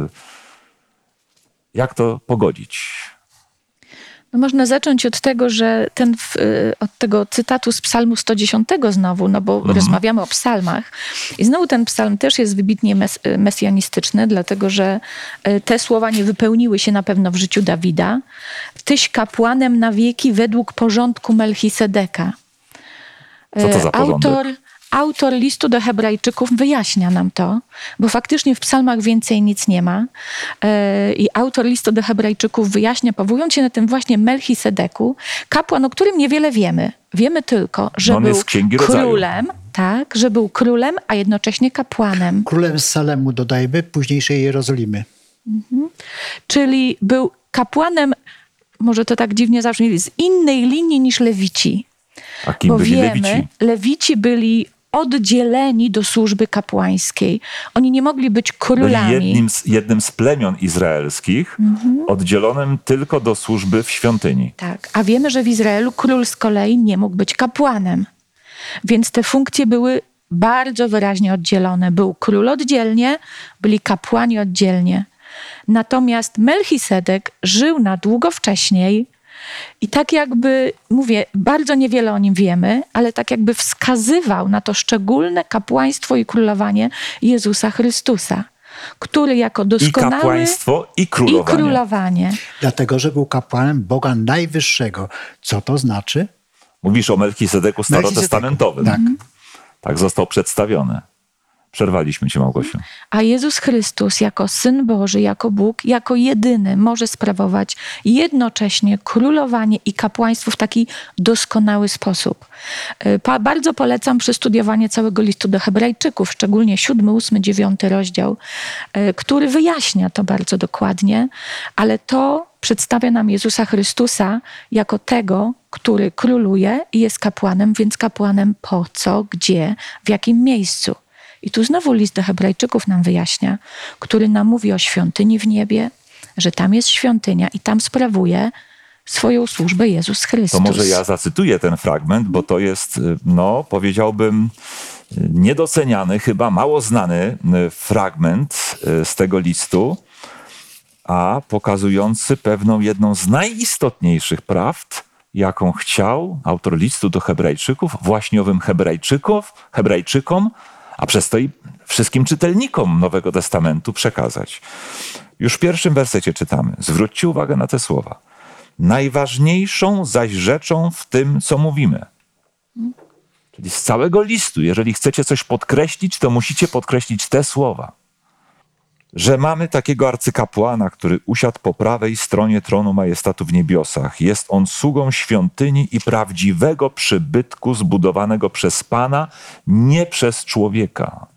Jak to pogodzić? No można zacząć od tego, że ten, od tego cytatu z psalmu sto dziesiątego znowu, no bo mhm. rozmawiamy o psalmach. I znowu ten psalm też jest wybitnie mes, mesjanistyczny, dlatego że te słowa nie wypełniły się na pewno w życiu Dawida. Tyś kapłanem na wieki według porządku Melchisedeka. Co to za porządek? Autor autor listu do Hebrajczyków wyjaśnia nam to, bo faktycznie w psalmach więcej nic nie ma. I autor listu do Hebrajczyków wyjaśnia, powołując się na tym właśnie Melchisedeku, kapłan, o którym niewiele wiemy. Wiemy tylko, że no, był królem, rodzaju. tak, że był królem, a jednocześnie kapłanem. Królem z Salemu, dodajmy, późniejszej Jerozolimy. Mhm. Czyli był kapłanem, może to tak dziwnie zabrzmi, z innej linii niż Lewici. A kim Bo byli wiemy, Lewici? Lewici byli oddzieleni do służby kapłańskiej. Oni nie mogli być królami. Byli jednym z, jednym z plemion izraelskich, mhm. oddzielonym tylko do służby w świątyni. Tak, a wiemy, że w Izraelu król z kolei nie mógł być kapłanem. Więc te funkcje były bardzo wyraźnie oddzielone. Był król oddzielnie, byli kapłani oddzielnie. Natomiast Melchisedek żył na długo wcześniej i tak jakby, mówię, bardzo niewiele o nim wiemy, ale tak jakby wskazywał na to szczególne kapłaństwo i królowanie Jezusa Chrystusa, który jako doskonały... I kapłaństwo, i królowanie. I królowanie. Dlatego, że był kapłanem Boga Najwyższego. Co to znaczy? Mówisz o Melchisedeku starotestamentowym. Tak. Tak został przedstawiony. Przerwaliśmy cię, Małgosiu. A Jezus Chrystus jako Syn Boży, jako Bóg, jako jedyny może sprawować jednocześnie królowanie i kapłaństwo w taki doskonały sposób. Pa, bardzo polecam przestudiowanie całego listu do Hebrajczyków, szczególnie siódmy, ósmy, dziewiąty rozdział, który wyjaśnia to bardzo dokładnie, ale to przedstawia nam Jezusa Chrystusa jako tego, który króluje i jest kapłanem, więc kapłanem po co, gdzie, w jakim miejscu. I tu znowu list do Hebrajczyków nam wyjaśnia, który nam mówi o świątyni w niebie, że tam jest świątynia i tam sprawuje swoją służbę Jezus Chrystus. To może ja zacytuję ten fragment, bo to jest, no powiedziałbym, niedoceniany, chyba mało znany fragment z tego listu, a pokazujący pewną jedną z najistotniejszych prawd, jaką chciał autor listu do Hebrajczyków, właśnie owym Hebrajczyków, Hebrajczykom, a przez to i wszystkim czytelnikom Nowego Testamentu przekazać. Już w pierwszym wersecie czytamy. Zwróćcie uwagę na te słowa. Najważniejszą zaś rzeczą w tym, co mówimy. Czyli z całego listu, jeżeli chcecie coś podkreślić, to musicie podkreślić te słowa. Że mamy takiego arcykapłana, który usiadł po prawej stronie tronu majestatu w niebiosach. Jest on sługą świątyni i prawdziwego przybytku zbudowanego przez Pana, nie przez człowieka.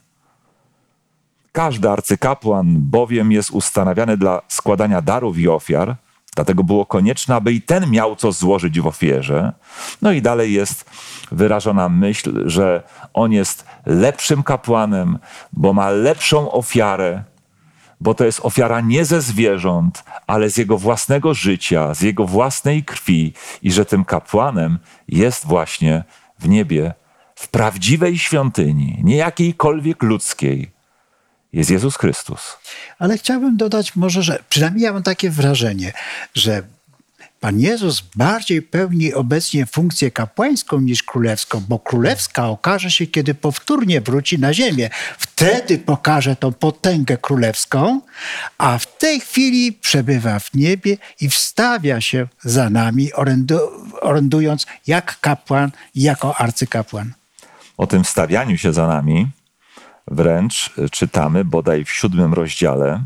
Każdy arcykapłan bowiem jest ustanawiany dla składania darów i ofiar, dlatego było konieczne, aby i ten miał co złożyć w ofierze. No i dalej jest wyrażona myśl, że on jest lepszym kapłanem, bo ma lepszą ofiarę, bo to jest ofiara nie ze zwierząt, ale z jego własnego życia, z jego własnej krwi i że tym kapłanem jest właśnie w niebie, w prawdziwej świątyni, nie jakiejkolwiek ludzkiej, jest Jezus Chrystus. Ale chciałbym dodać może, że przynajmniej ja mam takie wrażenie, że Pan Jezus bardziej pełni obecnie funkcję kapłańską niż królewską, bo królewska okaże się, kiedy powtórnie wróci na ziemię. Wtedy pokaże tą potęgę królewską, a w tej chwili przebywa w niebie i wstawia się za nami, orędu, orędując jak kapłan i jako arcykapłan. O tym wstawianiu się za nami wręcz czytamy bodaj w siódmym rozdziale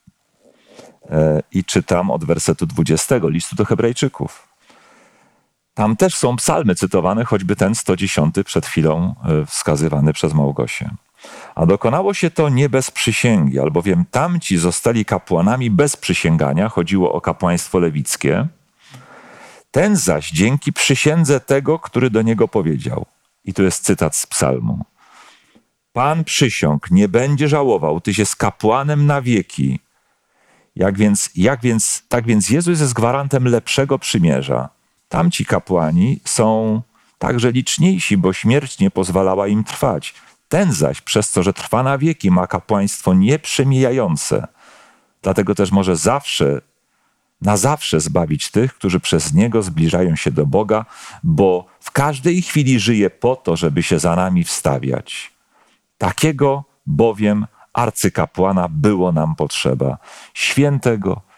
i czytam od wersetu dwudziestego listu do Hebrajczyków. Tam też są psalmy cytowane, choćby ten sto dziesiąty przed chwilą wskazywany przez Małgosię. A dokonało się to nie bez przysięgi, albowiem tamci zostali kapłanami bez przysięgania, chodziło o kapłaństwo lewickie. Ten zaś dzięki przysiędze tego, który do niego powiedział. I tu jest cytat z psalmu. Pan przysiągł, nie będzie żałował, tyś jest kapłanem na wieki. Jak więc, jak więc, tak więc Jezus jest gwarantem lepszego przymierza. Tamci kapłani są także liczniejsi, bo śmierć nie pozwalała im trwać. Ten zaś, przez to, że trwa na wieki, ma kapłaństwo nieprzemijające. Dlatego też może zawsze, na zawsze zbawić tych, którzy przez Niego zbliżają się do Boga, bo w każdej chwili żyje po to, żeby się za nami wstawiać. Takiego bowiem arcykapłana było nam potrzeba. Świętego,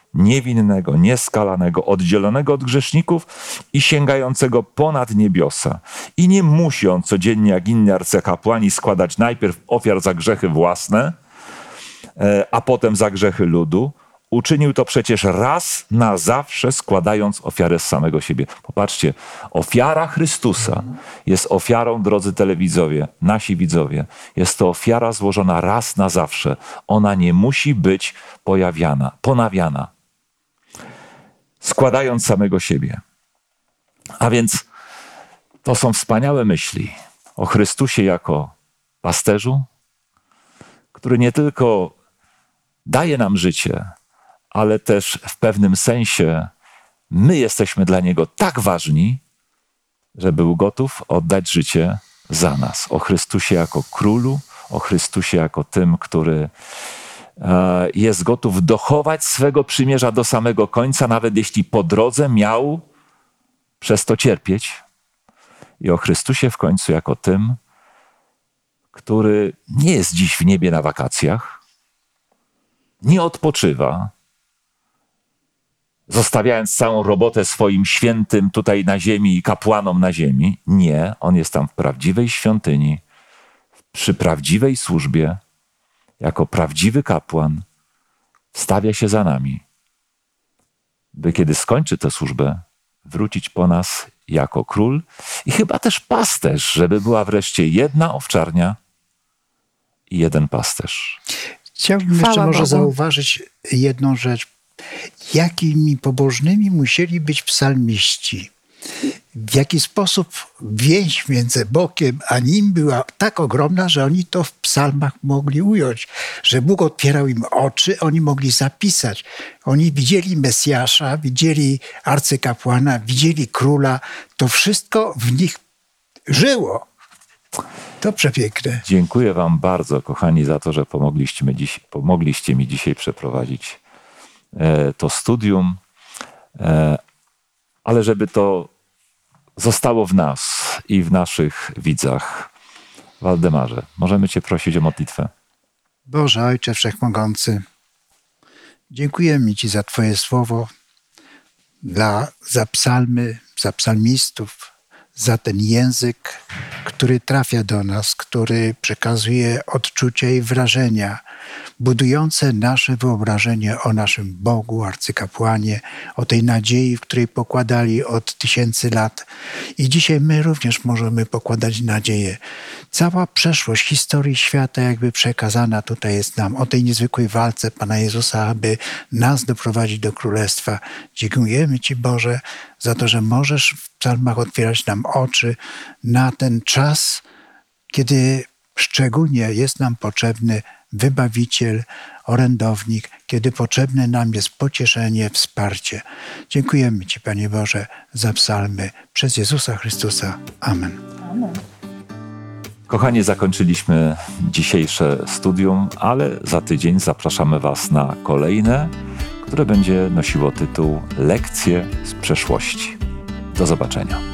niewinnego, nieskalanego, oddzielonego od grzeszników i sięgającego ponad niebiosa. I nie musi on codziennie, jak inni arcykapłani, składać najpierw ofiar za grzechy własne, a potem za grzechy ludu. Uczynił to przecież raz na zawsze, składając ofiarę z samego siebie. Popatrzcie, ofiara Chrystusa jest ofiarą, drodzy telewidzowie, nasi widzowie. Jest to ofiara złożona raz na zawsze. Ona nie musi być pojawiana, ponawiana. Składając samego siebie. A więc to są wspaniałe myśli o Chrystusie jako pasterzu, który nie tylko daje nam życie, ale też w pewnym sensie my jesteśmy dla Niego tak ważni, że był gotów oddać życie za nas. O Chrystusie jako królu, o Chrystusie jako tym, który jest gotów dochować swego przymierza do samego końca, nawet jeśli po drodze miał przez to cierpieć. I o Chrystusie w końcu jako tym, który nie jest dziś w niebie na wakacjach, nie odpoczywa, zostawiając całą robotę swoim świętym tutaj na ziemi i kapłanom na ziemi. Nie, on jest tam w prawdziwej świątyni, przy prawdziwej służbie, jako prawdziwy kapłan, wstawia się za nami, by kiedy skończy tę służbę, wrócić po nas jako król i chyba też pasterz, żeby była wreszcie jedna owczarnia i jeden pasterz. Chciałbym Chwała jeszcze może Bogu. zauważyć jedną rzecz. Jakimi pobożnymi musieli być psalmiści. W jaki sposób więź między Bogiem a nim była tak ogromna, że oni to w psalmach mogli ująć. Że Bóg otwierał im oczy, oni mogli zapisać. Oni widzieli Mesjasza, widzieli arcykapłana, widzieli króla. To wszystko w nich żyło. To przepiękne. Dziękuję wam bardzo, kochani, za to, że pomogliście mi, dziś, pomogliście mi dzisiaj przeprowadzić e, to studium. E, ale żeby to zostało w nas i w naszych widzach. Waldemarze, możemy cię prosić o modlitwę. Boże, Ojcze Wszechmogący, dziękujemy Ci za Twoje słowo, dla, za psalmy, za psalmistów, za ten język, który trafia do nas, który przekazuje odczucia i wrażenia, budujące nasze wyobrażenie o naszym Bogu, arcykapłanie, o tej nadziei, w której pokładali od tysięcy lat. I dzisiaj my również możemy pokładać nadzieję. Cała przeszłość historii świata jakby przekazana tutaj jest nam, o tej niezwykłej walce Pana Jezusa, aby nas doprowadzić do Królestwa. Dziękujemy Ci, Boże, za to, że możesz w psalmach otwierać nam oczy na ten czas, kiedy szczególnie jest nam potrzebny wybawiciel, orędownik, kiedy potrzebne nam jest pocieszenie, wsparcie. Dziękujemy Ci, Panie Boże, za psalmy przez Jezusa Chrystusa. Amen. Amen. Kochani, zakończyliśmy dzisiejsze studium, ale za tydzień zapraszamy Was na kolejne, które będzie nosiło tytuł Lekcje z przeszłości. Do zobaczenia.